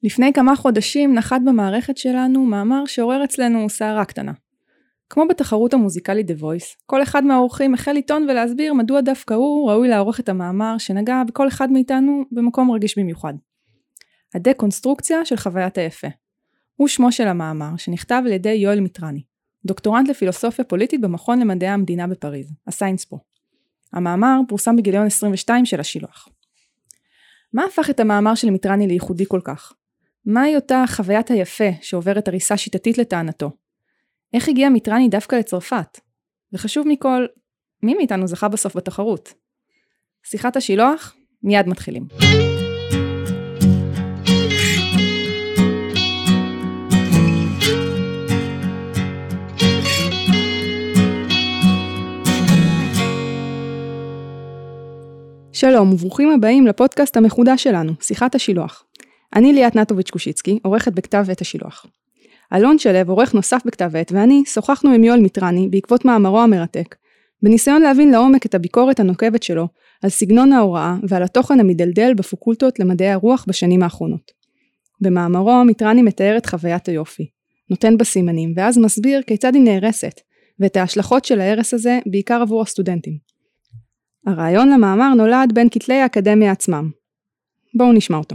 לפני כמה חודשים נחת במערכת שלנו מאמר שעורר אצלנו סערה קטנה. כמו בתחרות המוזיקלית The Voice, כל אחד מהאורחים החל לטעון ולהסביר מדוע דווקא הוא ראוי לערוך את המאמר שנגע בכל אחד מאיתנו במקום רגיש במיוחד. הדקונסטרוקציה של חוויית היפה. הוא שמו של המאמר שנכתב על ידי יואל מיטרני, דוקטורנט לפילוסופיה פוליטית במכון למדעי המדינה בפריז, הסיינס פה. המאמר פורסם בגיליון 22 של השילוח. מה הפך את המאמר של מיטרני לייחודי כל כך? מהי אותה חוויית היפה שעוברת הריסה שיטתית לטענתו? איך הגיע מיטרני דווקא לצרפת? וחשוב מכל, מי מאיתנו זכה בסוף בתחרות? שיחת השילוח, מיד מתחילים. שלום וברוכים הבאים לפודקאסט המחודש שלנו, שיחת השילוח. אני ליאת נטוביץ' קושיצקי, עורכת בכתב עת השילוח. אלון שלב, עורך נוסף בכתב עת, ואני שוחחנו עם יואל מיטרני בעקבות מאמרו המרתק, בניסיון להבין לעומק את הביקורת הנוקבת שלו על סגנון ההוראה ועל התוכן המדלדל בפקולטות למדעי הרוח בשנים האחרונות. במאמרו מיטרני מתאר את חוויית היופי, נותן בה סימנים, ואז מסביר כיצד היא נהרסת, ואת ההשלכות של ההרס הזה בעיקר עבור הסטודנטים. הרעיון למאמר נולד בין כתלי האקדמיה עצמם. בואו נשמע אותו.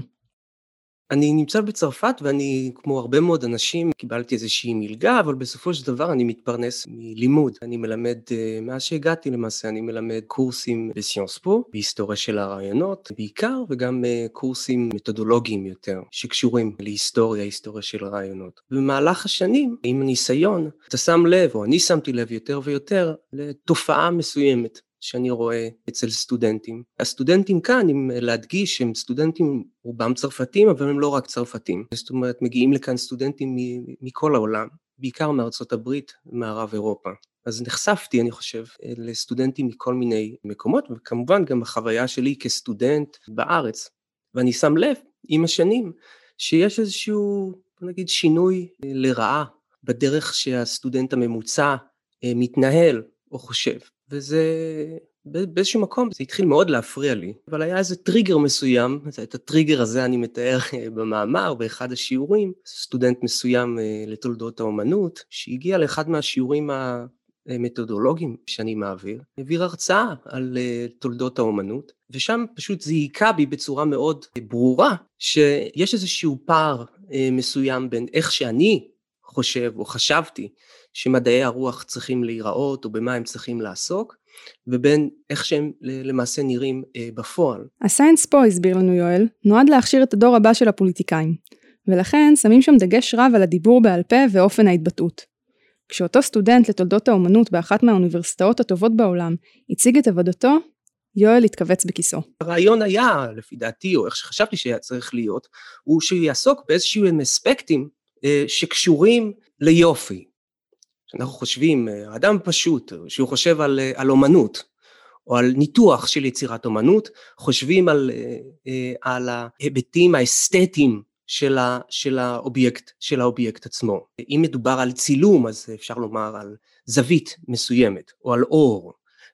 אני נמצא בצרפת ואני, כמו הרבה מאוד אנשים, קיבלתי איזושהי מלגה, אבל בסופו של דבר אני מתפרנס מלימוד. אני מלמד, מאז שהגעתי למעשה, אני מלמד קורסים בסיאנס פו, בהיסטוריה של הרעיונות, בעיקר, וגם קורסים מתודולוגיים יותר, שקשורים להיסטוריה, היסטוריה של הרעיונות. במהלך השנים, עם הניסיון, אתה שם לב, או אני שמתי לב יותר ויותר, לתופעה מסוימת. שאני רואה אצל סטודנטים. הסטודנטים כאן, אם להדגיש, הם סטודנטים רובם צרפתים, אבל הם לא רק צרפתים. זאת אומרת, מגיעים לכאן סטודנטים מכל העולם, בעיקר מארצות הברית, מערב אירופה. אז נחשפתי, אני חושב, לסטודנטים מכל מיני מקומות, וכמובן גם החוויה שלי כסטודנט בארץ. ואני שם לב, עם השנים, שיש איזשהו, נגיד, שינוי לרעה, בדרך שהסטודנט הממוצע מתנהל או חושב. וזה, באיזשהו מקום, זה התחיל מאוד להפריע לי, אבל היה איזה טריגר מסוים, את הטריגר הזה אני מתאר במאמר, באחד השיעורים, סטודנט מסוים לתולדות האומנות, שהגיע לאחד מהשיעורים המתודולוגיים שאני מעביר, העביר הרצאה על תולדות האומנות, ושם פשוט זה היכה בי בצורה מאוד ברורה, שיש איזשהו פער מסוים בין איך שאני חושב או חשבתי, שמדעי הרוח צריכים להיראות, או במה הם צריכים לעסוק, ובין איך שהם למעשה נראים בפועל. הסיינס פה, הסביר לנו יואל, נועד להכשיר את הדור הבא של הפוליטיקאים, ולכן שמים שם דגש רב על הדיבור בעל פה ואופן ההתבטאות. כשאותו סטודנט לתולדות האומנות באחת מהאוניברסיטאות הטובות בעולם, הציג את עבודתו, יואל התכווץ בכיסו. הרעיון היה, לפי דעתי, או איך שחשבתי שהיה צריך להיות, הוא שיעסוק באיזשהו אספקטים שקשורים ליופי. אנחנו חושבים, אדם פשוט, שהוא חושב על אומנות, או על ניתוח של יצירת אומנות, חושבים על ההיבטים האסתטיים של האובייקט עצמו. אם מדובר על צילום, אז אפשר לומר על זווית מסוימת, או על אור.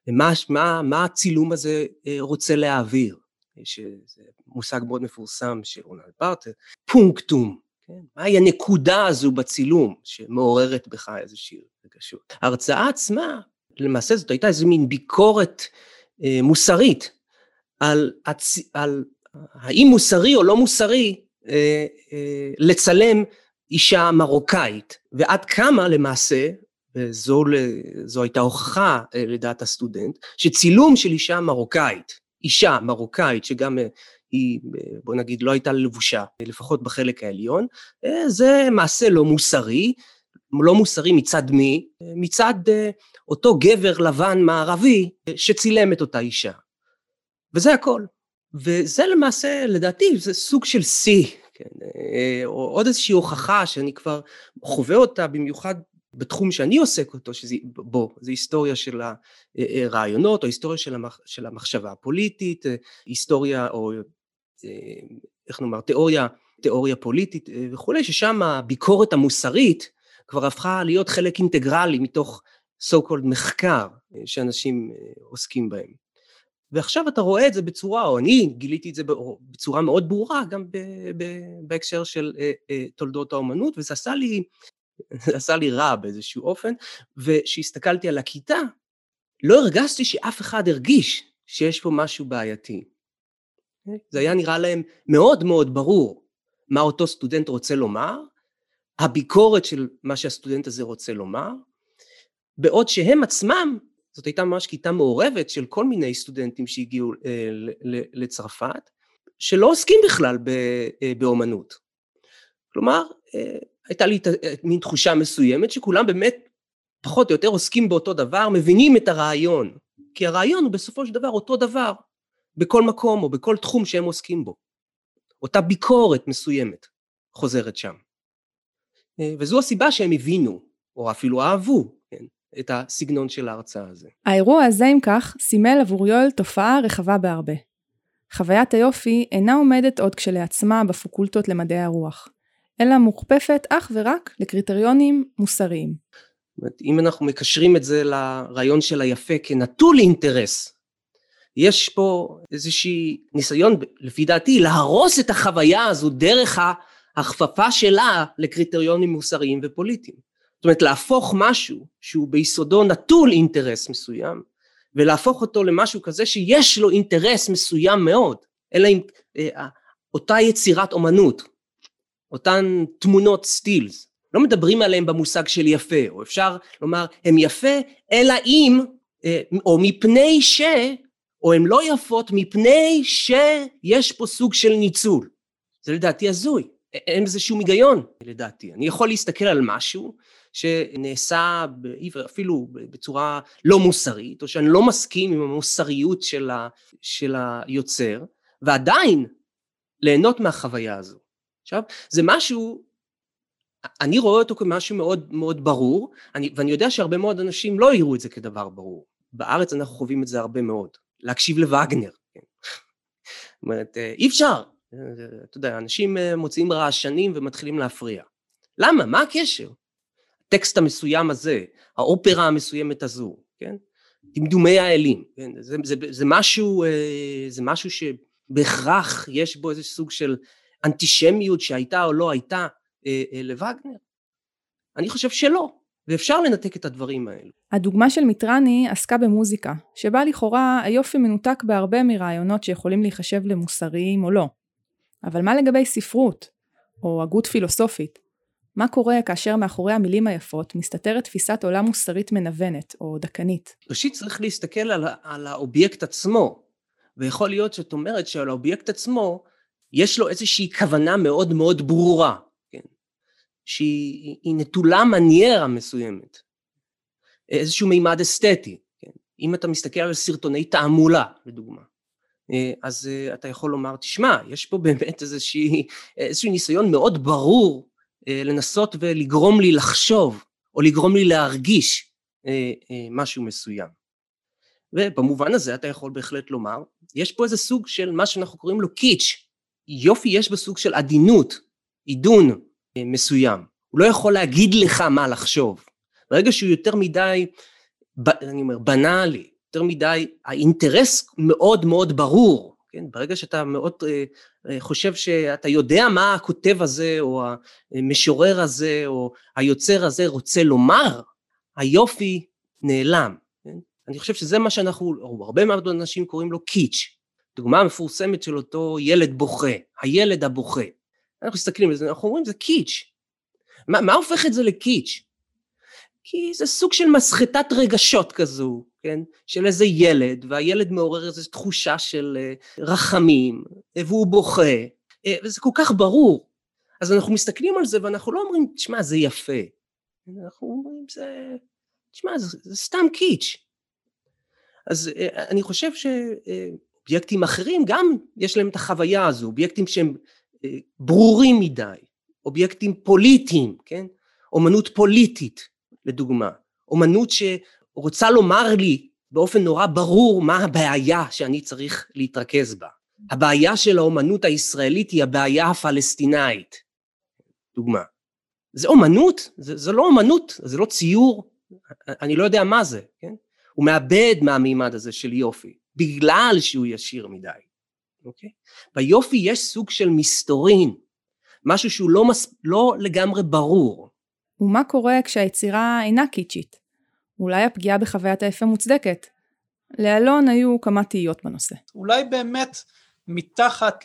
מה הצילום הזה רוצה להעביר? שזה מושג מאוד מפורסם של רונלד בארט, פונקטום. מהי הנקודה הזו בצילום שמעוררת בך איזושהי רגשות. ההרצאה עצמה, למעשה זאת הייתה איזו מין ביקורת מוסרית, על האם מוסרי או לא מוסרי לצלם אישה מרוקאית, ועד כמה למעשה, וזו הייתה הוכחה לדעת הסטודנט, שצילום של אישה מרוקאית שגם היא, בוא נגיד, לא הייתה לבושה, לפחות בחלק העליון, זה מעשה לא מוסרי מצד מי? מצד אותו גבר לבן מערבי שצילם את אותה אישה. וזה הכל. וזה למעשה, לדעתי, זה סוג של שיא, כן? או עוד איזושהי הוכחה שאני כבר חווה אותה, במיוחד בתחום שאני עוסק אותו, זה היסטוריה של הרעיונות, או היסטוריה של המחשבה הפוליטית, היסטוריה או איך נאמר, תיאוריה פוליטית וכולי, ששם הביקורת המוסרית כבר הפכה להיות חלק אינטגרלי מתוך so called מחקר שאנשים עוסקים בהם. ועכשיו אתה רואה את זה בצורה, או אני גיליתי את זה בצורה מאוד ברורה, גם בהקשר של תולדות האומנות, וזה עשה לי רע באיזשהו אופן, וכשהסתכלתי על הכיתה, לא הרגשתי שאף אחד הרגיש שיש פה משהו בעייתי. זה היה נראה להם מאוד מאוד ברור מה אותו סטודנט רוצה לומר, הביקורת של מה שהסטודנט הזה רוצה לומר, בעוד שהם עצמם, זאת הייתה ממש כיתה מעורבת של כל מיני סטודנטים שהגיעו לצרפת, שלא עוסקים בכלל באומנות. כלומר, הייתה לי מין תחושה מסוימת שכולם באמת פחות או יותר עוסקים באותו דבר, מבינים את הרעיון, כי הרעיון הוא בסופו של דבר אותו דבר, בכל מקום או בכל תחום שהם עוסקים בו. אותה ביקורת מסוימת חוזרת שם. וזו הסיבה שהם הבינו, או אפילו אהבו, כן, את הסגנון של ההרצאה הזה. האירוע הזה, אם כך, סימל עבור יואל תופעה רחבה בהרבה. חוויית היופי אינה עומדת עוד כשלעצמה בפקולטות למדעי הרוח, אלא מוכפפת אך ורק לקריטריונים מוסריים. אם אנחנו מקשרים את זה לרעיון של היפה כנטול אינטרס, יש פה איזושהי ניסיון, לפי דעתי, להרוס את החוויה הזו דרך ההכפפה שלה לקריטריונים מוסריים ופוליטיים. זאת אומרת, להפוך משהו שהוא ביסודו נטול אינטרס מסוים, ולהפוך אותו למשהו כזה שיש לו אינטרס מסוים מאוד, אלא עם אותה יצירת אומנות, אותן תמונות סטילס, לא מדברים עליהם במושג של יפה, או אפשר לומר, הם יפה, אלא אם, או מפני ש, או הם לא יפות, מפני שיש פה סוג של ניצול. זה לדעתי הזוי, אין בזה שום היגיון, לדעתי. אני יכול להסתכל על משהו, שנעשה אפילו בצורה לא מוסרית, או שאני לא מסכים עם המוסריות של היוצר, ועדיין ליהנות מהחוויה הזו. עכשיו, זה משהו, אני רואה אותו כמשהו מאוד מאוד ברור, ואני יודע שהרבה מאוד אנשים לא יראו את זה כדבר ברור. בארץ אנחנו חווים את זה הרבה מאוד, להקשיב לווגנר. זאת אומרת, אי אפשר, אתה יודע, אנשים מוצאים רעשנים ומתחילים להפריע. למה? מה הקשר? הטקסט המסוים הזה, האופרה המסוימת הזו, כן? דמדומי האלים, כן? זה משהו שבהכרח יש בו איזה סוג של אנטישמיות שהייתה או לא הייתה לווגנר. אני חושב שלא, ואפשר לנתק את הדברים האלו. הדוגמה של מיטרני עסקה במוזיקה, שבה לכאורה היופי מנותק בהרבה מרעיונות שיכולים להיחשב למוסריים או לא. אבל מה לגבי ספרות, או הגות פילוסופית? מה קורה כאשר מאחורי המילים היפות מסתתרת תפיסת עולם מוסרית מנוונת או דקנית? ראשית צריך להסתכל על האובייקט עצמו, ויכול להיות שאת אומרת שעל האובייקט עצמו יש לו איזושהי כוונה מאוד מאוד ברורה, כן? שהיא נטולה מניירה מסוימת, איזשהו מימד אסתטי, כן? אם אתה מסתכל על סרטוני תעמולה, לדוגמה, אז אתה יכול לומר, תשמע, יש פה באמת איזשהו ניסיון מאוד ברור, לנסות ולגרום לי לחשוב, או לגרום לי להרגיש משהו מסוים. ובמובן הזה אתה יכול בהחלט לומר, יש פה איזה סוג של מה שאנחנו קוראים לו קיץ'. יופי יש בסוג של עדינות, עידון מסוים. הוא לא יכול להגיד לך מה לחשוב. ברגע שהוא יותר מדי, אני אומר, בנאלי, יותר מדי, האינטרס מאוד מאוד ברור, כן? ברגע שאתה מאוד חושב שאתה יודע מה הכותב הזה, או המשורר הזה, או היוצר הזה רוצה לומר, היופי נעלם. כן? אני חושב שזה מה שאנחנו, או הרבה מאוד אנשים קוראים לו קיץ'. דוגמה המפורסמת של אותו ילד בוכה, הילד הבוכה. אנחנו מסתכלים על זה, אנחנו אומרים זה קיץ'. מה הופך את זה לקיץ'? כי זה סוג של מסחטת רגשות כזו, כן? של איזה ילד, והילד מעורר איזו תחושה של רחמים, והוא בוכה, וזה כל כך ברור. אז אנחנו מסתכלים על זה, ואנחנו לא אומרים, תשמע, זה יפה. אנחנו אומרים, תשמע, זה סתם קיץ'. אז אני חושב שאובייקטים אחרים גם יש להם את החוויה הזו, אובייקטים שהם ברורים מדי, אובייקטים פוליטיים, כן? אומנות פוליטית, לדוגמה. אומנות שרוצה לומר לי באופן נורא ברור מה הבעיה שאני צריך להתרכז בה. הבעיה של האומנות הישראלית היא הבעיה הפלסטינאית. דוגמה. זה אומנות? זה לא אומנות, זה לא ציור, אני לא יודע מה זה, כן? הוא מאבד מהמימד הזה של יופי. בגלל שהוא ישיר מדי, אוקיי? ביופי יש סוג של מסתורין, משהו שהוא לא לגמרי ברור. ומה קורה כשהיצירה אינה קיצ'ית? אולי הפגיעה בחוויית היפה מוצדקת? לאלון היו כמה תהיות בנושא. אולי באמת מתחת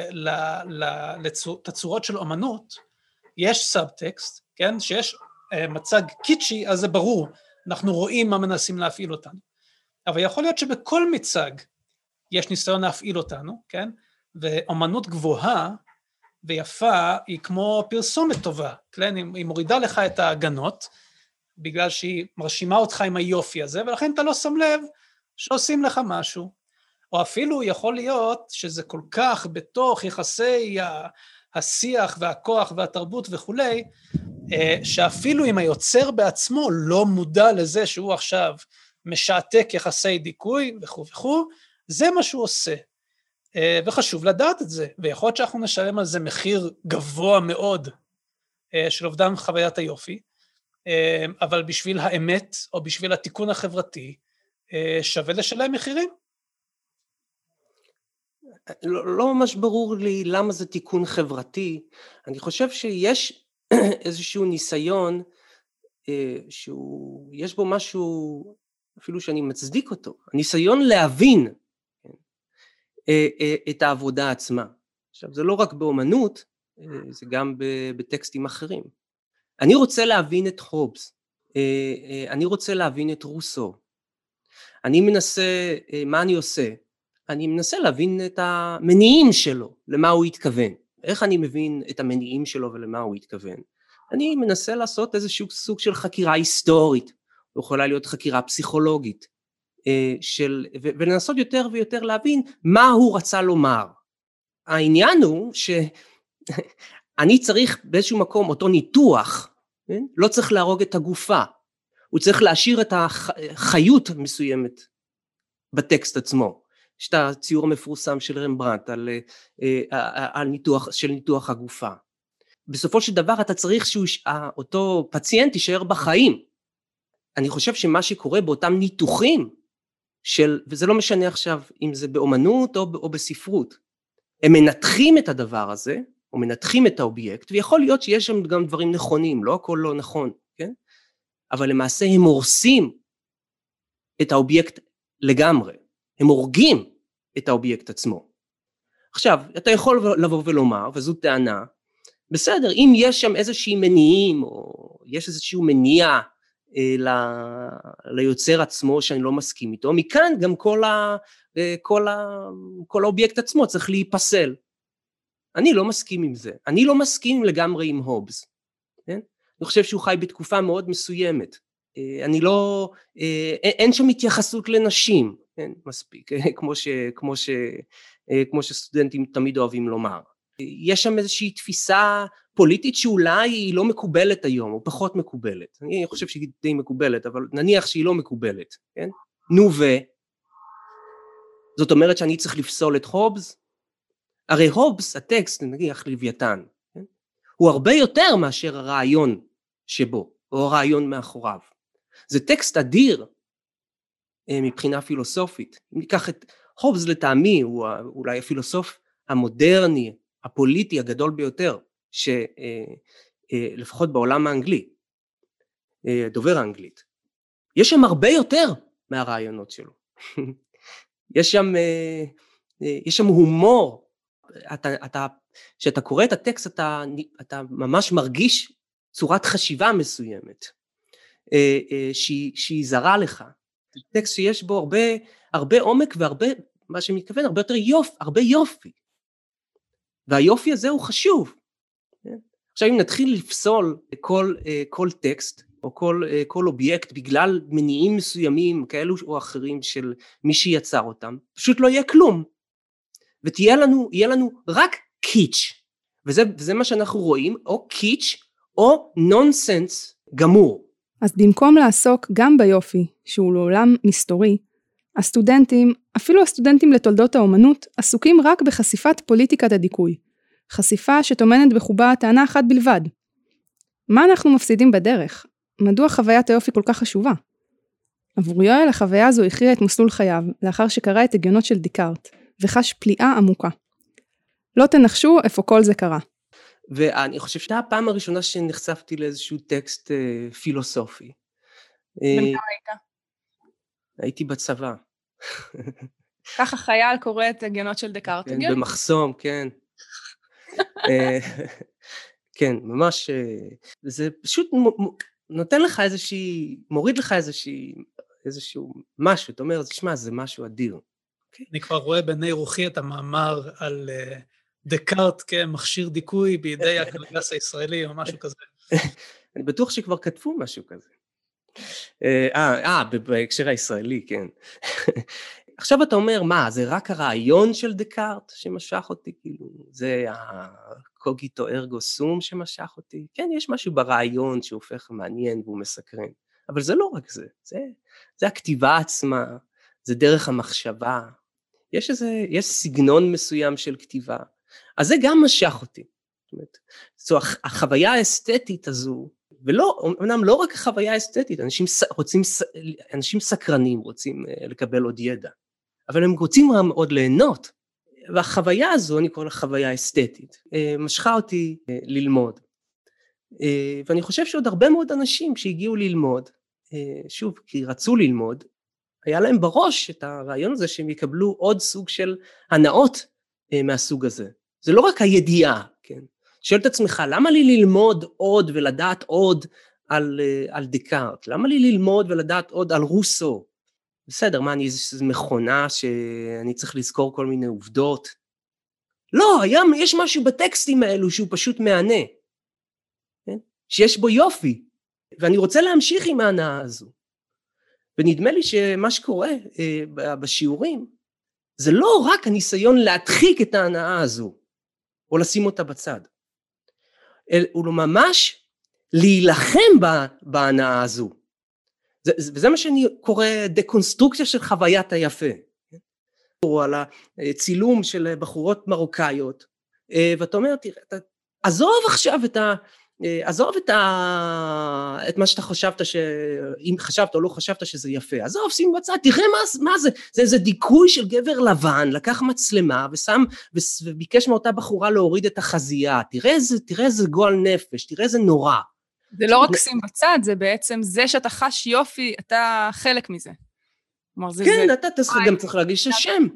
לתצורות של אומנות, יש סאבטקסט, כן? שיש מצג קיצ'י, אז זה ברור, אנחנו רואים מה מנסים להפעיל אותנו. אבל יכול להיות שבכל מצג יש ניסיון להפעיל אותנו, כן? ואומנות גבוהה ויפה היא כמו פרסומת טובה, כן? היא מורידה לך את ההגנות, בגלל שהיא מרשימה אותך עם היופי הזה, ולכן אתה לא שם לב שעושים לך משהו. או אפילו יכול להיות שזה כל כך בתוך יחסי השיח והכוח והתרבות וכולי, שאפילו אם היוצר בעצמו לא מודע לזה שהוא עכשיו משעתק יחסי דיכוי וכו' וכו', זה מה שהוא עושה. וחשוב לדעת את זה, ויכול להיות שאנחנו נשלם על זה מחיר גבוה מאוד של אובדן חוויית היופי, אבל בשביל האמת או בשביל התיקון החברתי, שווה לשלם מחירים. לא ממש ברור לי למה זה תיקון חברתי. אני חושב שיש איזשהו ניסיון שיש בו משהו אפילו שאני מצדיק אותו, הניסיון להבין את העבודה עצמה. עכשיו זה לא רק באומנות, זה גם בטקסטים אחרים. אני רוצה להבין את הובס, אני רוצה להבין את רוסו, אני מנסה, מה אני עושה? אני מנסה להבין את המניעים שלו, למה הוא התכוון. איך אני מבין את המניעים שלו ולמה הוא התכוון? אני מנסה לעשות איזשהו סוג של חקירה היסטורית, או יכולה להיות חקירה פסיכולוגית, ולנסות יותר ויותר להבין מה הוא רצה לומר. העניין הוא שאני צריך באיזשהו מקום אותו ניתוח, לא צריך להרוג את הגופה, הוא צריך להשאיר את החיות מסוימת בטקסט עצמו. יש את הציור המפורסם של רמברנט על ניתוח הגופה. בסופו של דבר אתה צריך שאותו פציינט יישאר בחיים. אני חושב שמה שקורה באותם ניתוחים וזה לא משנה עכשיו אם זה באומנות או בספרות, הם מנתחים את הדבר הזה, או מנתחים את האובייקט, ויכול להיות שיש שם גם דברים נכונים, לא הכל לא נכון, כן? אבל למעשה הם הורסים את האובייקט לגמרי, הם הורגים את האובייקט עצמו. עכשיו, אתה יכול לבוא ולומר, וזו טענה, בסדר, אם יש שם איזושהי מניעים, או יש איזשהו מניע ליוצר עצמו שאני לא מסכים איתו, מכאן גם כל האובייקט עצמו צריך להיפסל. אני לא מסכים עם זה, אני לא מסכים לגמרי עם הובס, כן? אני חושב שהוא חי בתקופה מאוד מסוימת, אין שם התייחסות לנשים, כן? מספיק, כמו שסטודנטים תמיד אוהבים לומר. יש שם איזושהי תפיסה פוליטית שאולי היא לא מקובלת היום, או פחות מקובלת. אני חושב שהיא די מקובלת, אבל נניח שהיא לא מקובלת, כן? זאת אומרת שאני צריך לפסול את הובס? הרי הובס, הטקסט, נניח לוויתן, כן? הוא הרבה יותר מאשר הרעיון שבו, או הרעיון מאחוריו. זה טקסט אדיר מבחינה פילוסופית. אם ניקח את הובס לטעמי, הוא אולי הפילוסוף המודרני, הפוליטי הגדול ביותר, שלפחות בעולם האנגלי, דובר האנגלית, יש שם הרבה יותר מהרעיונות שלו. יש שם הומור, כשאתה קורא את הטקסט אתה ממש מרגיש צורת חשיבה מסוימת, שהיא זרה לך. טקסט שיש בו הרבה עומק והרבה, מה שמתכוון, הרבה יופי. והיופי הזה הוא חשוב. עכשיו אם נתחיל לפסול כל טקסט, או כל אובייקט, בגלל מניעים מסוימים, כאלו או אחרים של מי שיצר אותם, פשוט לא יהיה כלום. ויהיה לנו רק קיץ', וזה מה שאנחנו רואים, או קיץ', או נונסנס גמור. אז במקום לעסוק גם ביופי, שהוא לעולם מסתורי, הסטודנטים, אפילו הסטודנטים לתולדות האומנות, עסוקים רק בחשיפת פוליטיקת הדיכוי. חשיפה שתומנת בחובה טענה אחת בלבד. מה אנחנו מפסידים בדרך? מדוע חוויית היופי כל כך חשובה? עבור יואל החוויה הזו הכריעה את מסלול חייו, לאחר שקרא את הגיונות של דקארט, וחש פליאה עמוקה. לא תנחשו איפה כל זה קרה. ואני חושב שהייתה הפעם הראשונה שנחשפתי לאיזשהו טקסט פילוסופי. בן כמה היית? הייתי בצבא. ככה חייל קורא את הגיונות של דקארט. כן, במחסום, כן. כן, ממש, זה פשוט נותן לך מוריד לך איזשהו משהו, אתה אומר, תשמע, זה משהו אדיר. אני כבר רואה בעיני רוחי את המאמר על דקארט כמכשיר דיכוי בידי הקונגרס הישראלי או משהו כזה. אני בטוח שכבר כתבו משהו כזה. בהקשר הישראלי, כן. עכשיו אתה אומר, מה, זה רק הרעיון של דקארט שמשך אותי, כאילו, זה הקוגיטו ארגו סום שמשך אותי? כן, יש משהו ברעיון שהופך מעניין והוא מסקרן, אבל זה לא רק זה, זה הכתיבה עצמה, זה דרך המחשבה, יש סגנון מסוים של כתיבה, אז זה גם משך אותי, זאת אומרת, החוויה האסתטית הזו, אומנם לא רק החוויה האסתטית, אנשים סקרנים רוצים לקבל עוד ידע, אבל הם רוצים עוד ליהנות, והחוויה הזו, אני קורא לה חוויה אסתטית, משכה אותי ללמוד, ואני חושב שעוד הרבה מאוד אנשים שהגיעו ללמוד, שוב, כי רצו ללמוד, היה להם בראש את הרעיון הזה שהם יקבלו עוד סוג של הנאות מהסוג הזה, זה לא רק הידיעה, כן? שואל את עצמך, למה לי ללמוד עוד ולדעת עוד על דקארט? למה לי ללמוד ולדעת עוד על רוסו? בסדר, מה, אני איזו מכונה שאני צריך לזכור כל מיני עובדות? לא, יש משהו בטקסטים האלו שהוא פשוט מענה, כן? שיש בו יופי, ואני רוצה להמשיך עם ההנאה הזו. ונדמה לי שמה שקורה בשיעורים, זה לא רק הניסיון להדחיק את ההנאה הזו, או לשים אותה בצד. הוא לא ממש להילחם בהנאה הזו. וזה מה שאני קורא דקונסטרוקציה של חוויית היפה. או על הצילום של בחורות מרוקאיות, ואתה אומר, תראה, עזוב עכשיו את מה שאתה חשבת, אם חשבת או לא חשבת שזה יפה, עזוב, שים בצד, תראה מה זה, זה איזה דיכוי של גבר לבן, לקח מצלמה וביקש מאותה בחורה להוריד את החזייה, תראה איזה גועל נפש, תראה איזה נורא. זה לא רק שים בצד, זה בעצם זה שאתה חש יופי, אתה חלק מזה. כן, אתה גם צריך להגיש השם.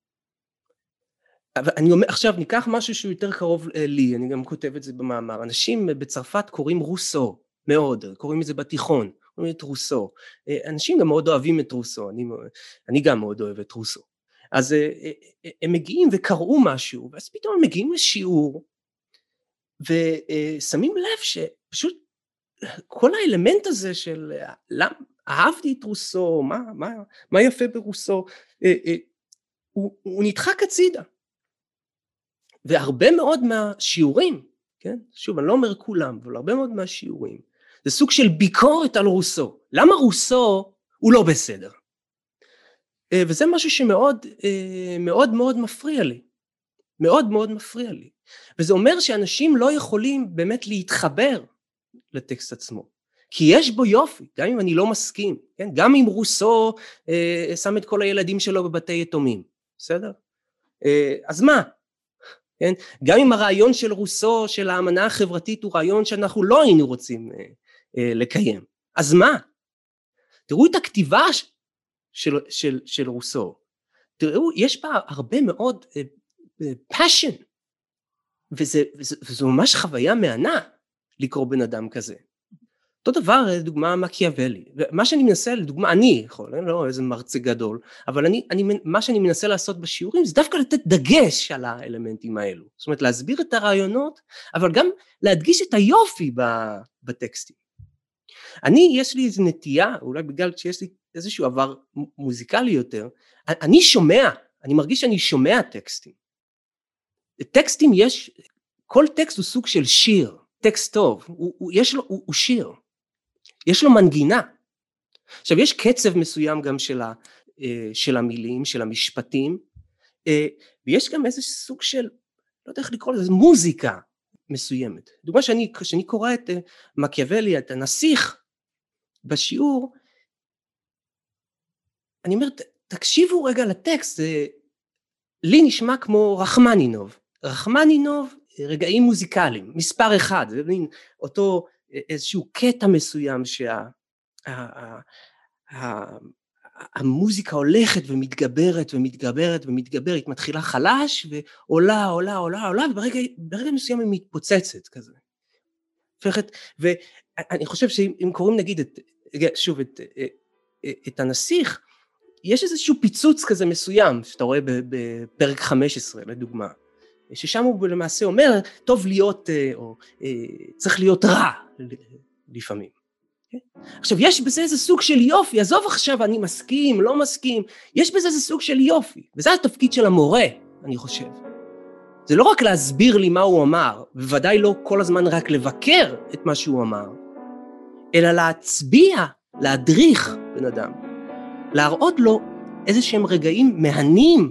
אבל אני אומר, עכשיו ניקח משהו שהוא יותר קרוב לי, אני גם כותב את זה במאמר, אנשים בצרפת קוראים רוסו, מאוד, קוראים את זה בתיכון, קוראים את רוסו, אנשים גם מאוד אוהבים את רוסו, אני גם מאוד אוהב את רוסו, אז הם מגיעים וקראו משהו, ואז פתאום הם מגיעים לשיעור, ושמים לב שפשוט כל האלמנט הזה של אהבתי את רוסו, מה יפה ברוסו, הוא נדחק הצידה. והרבה מאוד מהשיעורים, כן? שוב, אני לא אומר כולם, אבל הרבה מאוד מהשיעורים, זה סוג של ביקורת על רוסו. למה רוסו הוא לא בסדר? וזה משהו שמאוד מאוד מאוד מפריע לי. מאוד מאוד מפריע לי. וזה אומר שאנשים לא יכולים באמת להתחבר לטקסט עצמו. כי יש בו יופי, גם אם אני לא מסכים, כן? גם אם רוסו שם את כל הילדים שלו בבתי יתומים, בסדר? אז מה? כן? גם אם הרעיון של רוסו, של האמנה החברתית, הוא רעיון שאנחנו לא היינו רוצים לקיים. אז מה? תראו את הכתיבה של רוסו. תראו, יש בה הרבה מאוד passion, וזו ממש חוויה מענה לקרוא בן אדם כזה. אותו דבר, לדוגמה, מקיאוולי. מה שאני מנסה, לדוגמה, אני יכול, לא איזה מרצה גדול, אבל מה שאני מנסה לעשות בשיעורים, זה דווקא לתת דגש על האלמנטים האלו. זאת אומרת, להסביר את הרעיונות, אבל גם להדגיש את היופי בטקסטים. יש לי איזו נטייה, אולי בגלל שיש לי איזשהו עבר מוזיקלי יותר, אני מרגיש שאני שומע טקסטים. טקסטים כל טקסט הוא סוג של שיר, טקסט טוב, הוא שיר. יש לו מנגינה. עכשיו, יש קצב מסוים גם של המילים, של המשפטים, ויש גם איזה סוג של, לא יודע איך לקרוא לזה, מוזיקה מסוימת. דוגמה שאני קורא את מקיאוולי, את הנסיך, בשיעור, אני אומר, תקשיבו רגע לטקסט, לי נשמע כמו רחמנינוב. רחמנינוב, רגעים מוזיקליים, מספר אחד, זה מין אותו איזשהו קטע מסוים המוזיקה הולכת ומתגברת ומתגברת ומתגברת, מתחילה חלש ועולה, עולה, עולה, עולה, וברגע מסוים היא מתפוצצת כזה. ואני חושב שאם קוראים נגיד שוב את הנסיך, יש איזשהו פיצוץ כזה מסוים, שאתה רואה בפרק 15 לדוגמה, ששם הוא למעשה אומר, טוב להיות, או צריך להיות רע לפעמים. עכשיו יש בזה איזה סוג של יופי, עזוב עכשיו אני מסכים, לא מסכים, יש בזה איזה סוג של יופי, וזה התפקיד של המורה, אני חושב. זה לא רק להסביר לי מה הוא אמר, בוודאי לא כל הזמן רק לבקר את מה שהוא אמר, אלא להצביע, להדריך בן אדם, להראות לו איזה שהם רגעים מהנים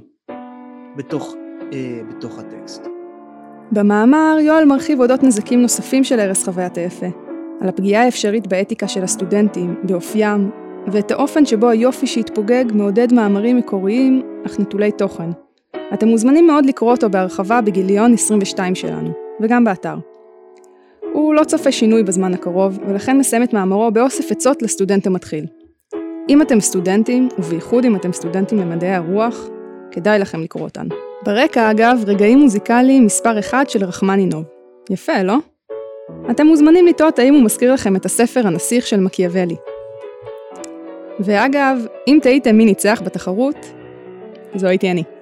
בתוך הטקסט. במאמר יואל מרחיב אודות נזקים נוספים של הרס חוויית היפה, על הפגיעה האפשרית באתיקה של הסטודנטים, באופיים, ואת האופן שבו היופי שהתפוגג מעודד מאמרים מקוריים, אך נטולי תוכן. אתם מוזמנים מאוד לקרוא אותו בהרחבה בגיליון 22 שלנו, וגם באתר. הוא לא צופה שינוי בזמן הקרוב, ולכן מסיים את מאמרו באוסף עצות לסטודנט המתחיל. אם אתם סטודנטים, ובייחוד אם אתם סטודנטים למדעי הרוח, כדאי לכם לקרוא אותן. ברקע, אגב, רגעים מוזיקליים מספר 1 של רחמנינוב. יפה, לא? אתם מוזמנים לטעות האם הוא מזכיר לכם את הספר הנסיך של מקיאוולי. ואגב, אם תהיתם מי ניצח בתחרות, זו הייתי אני.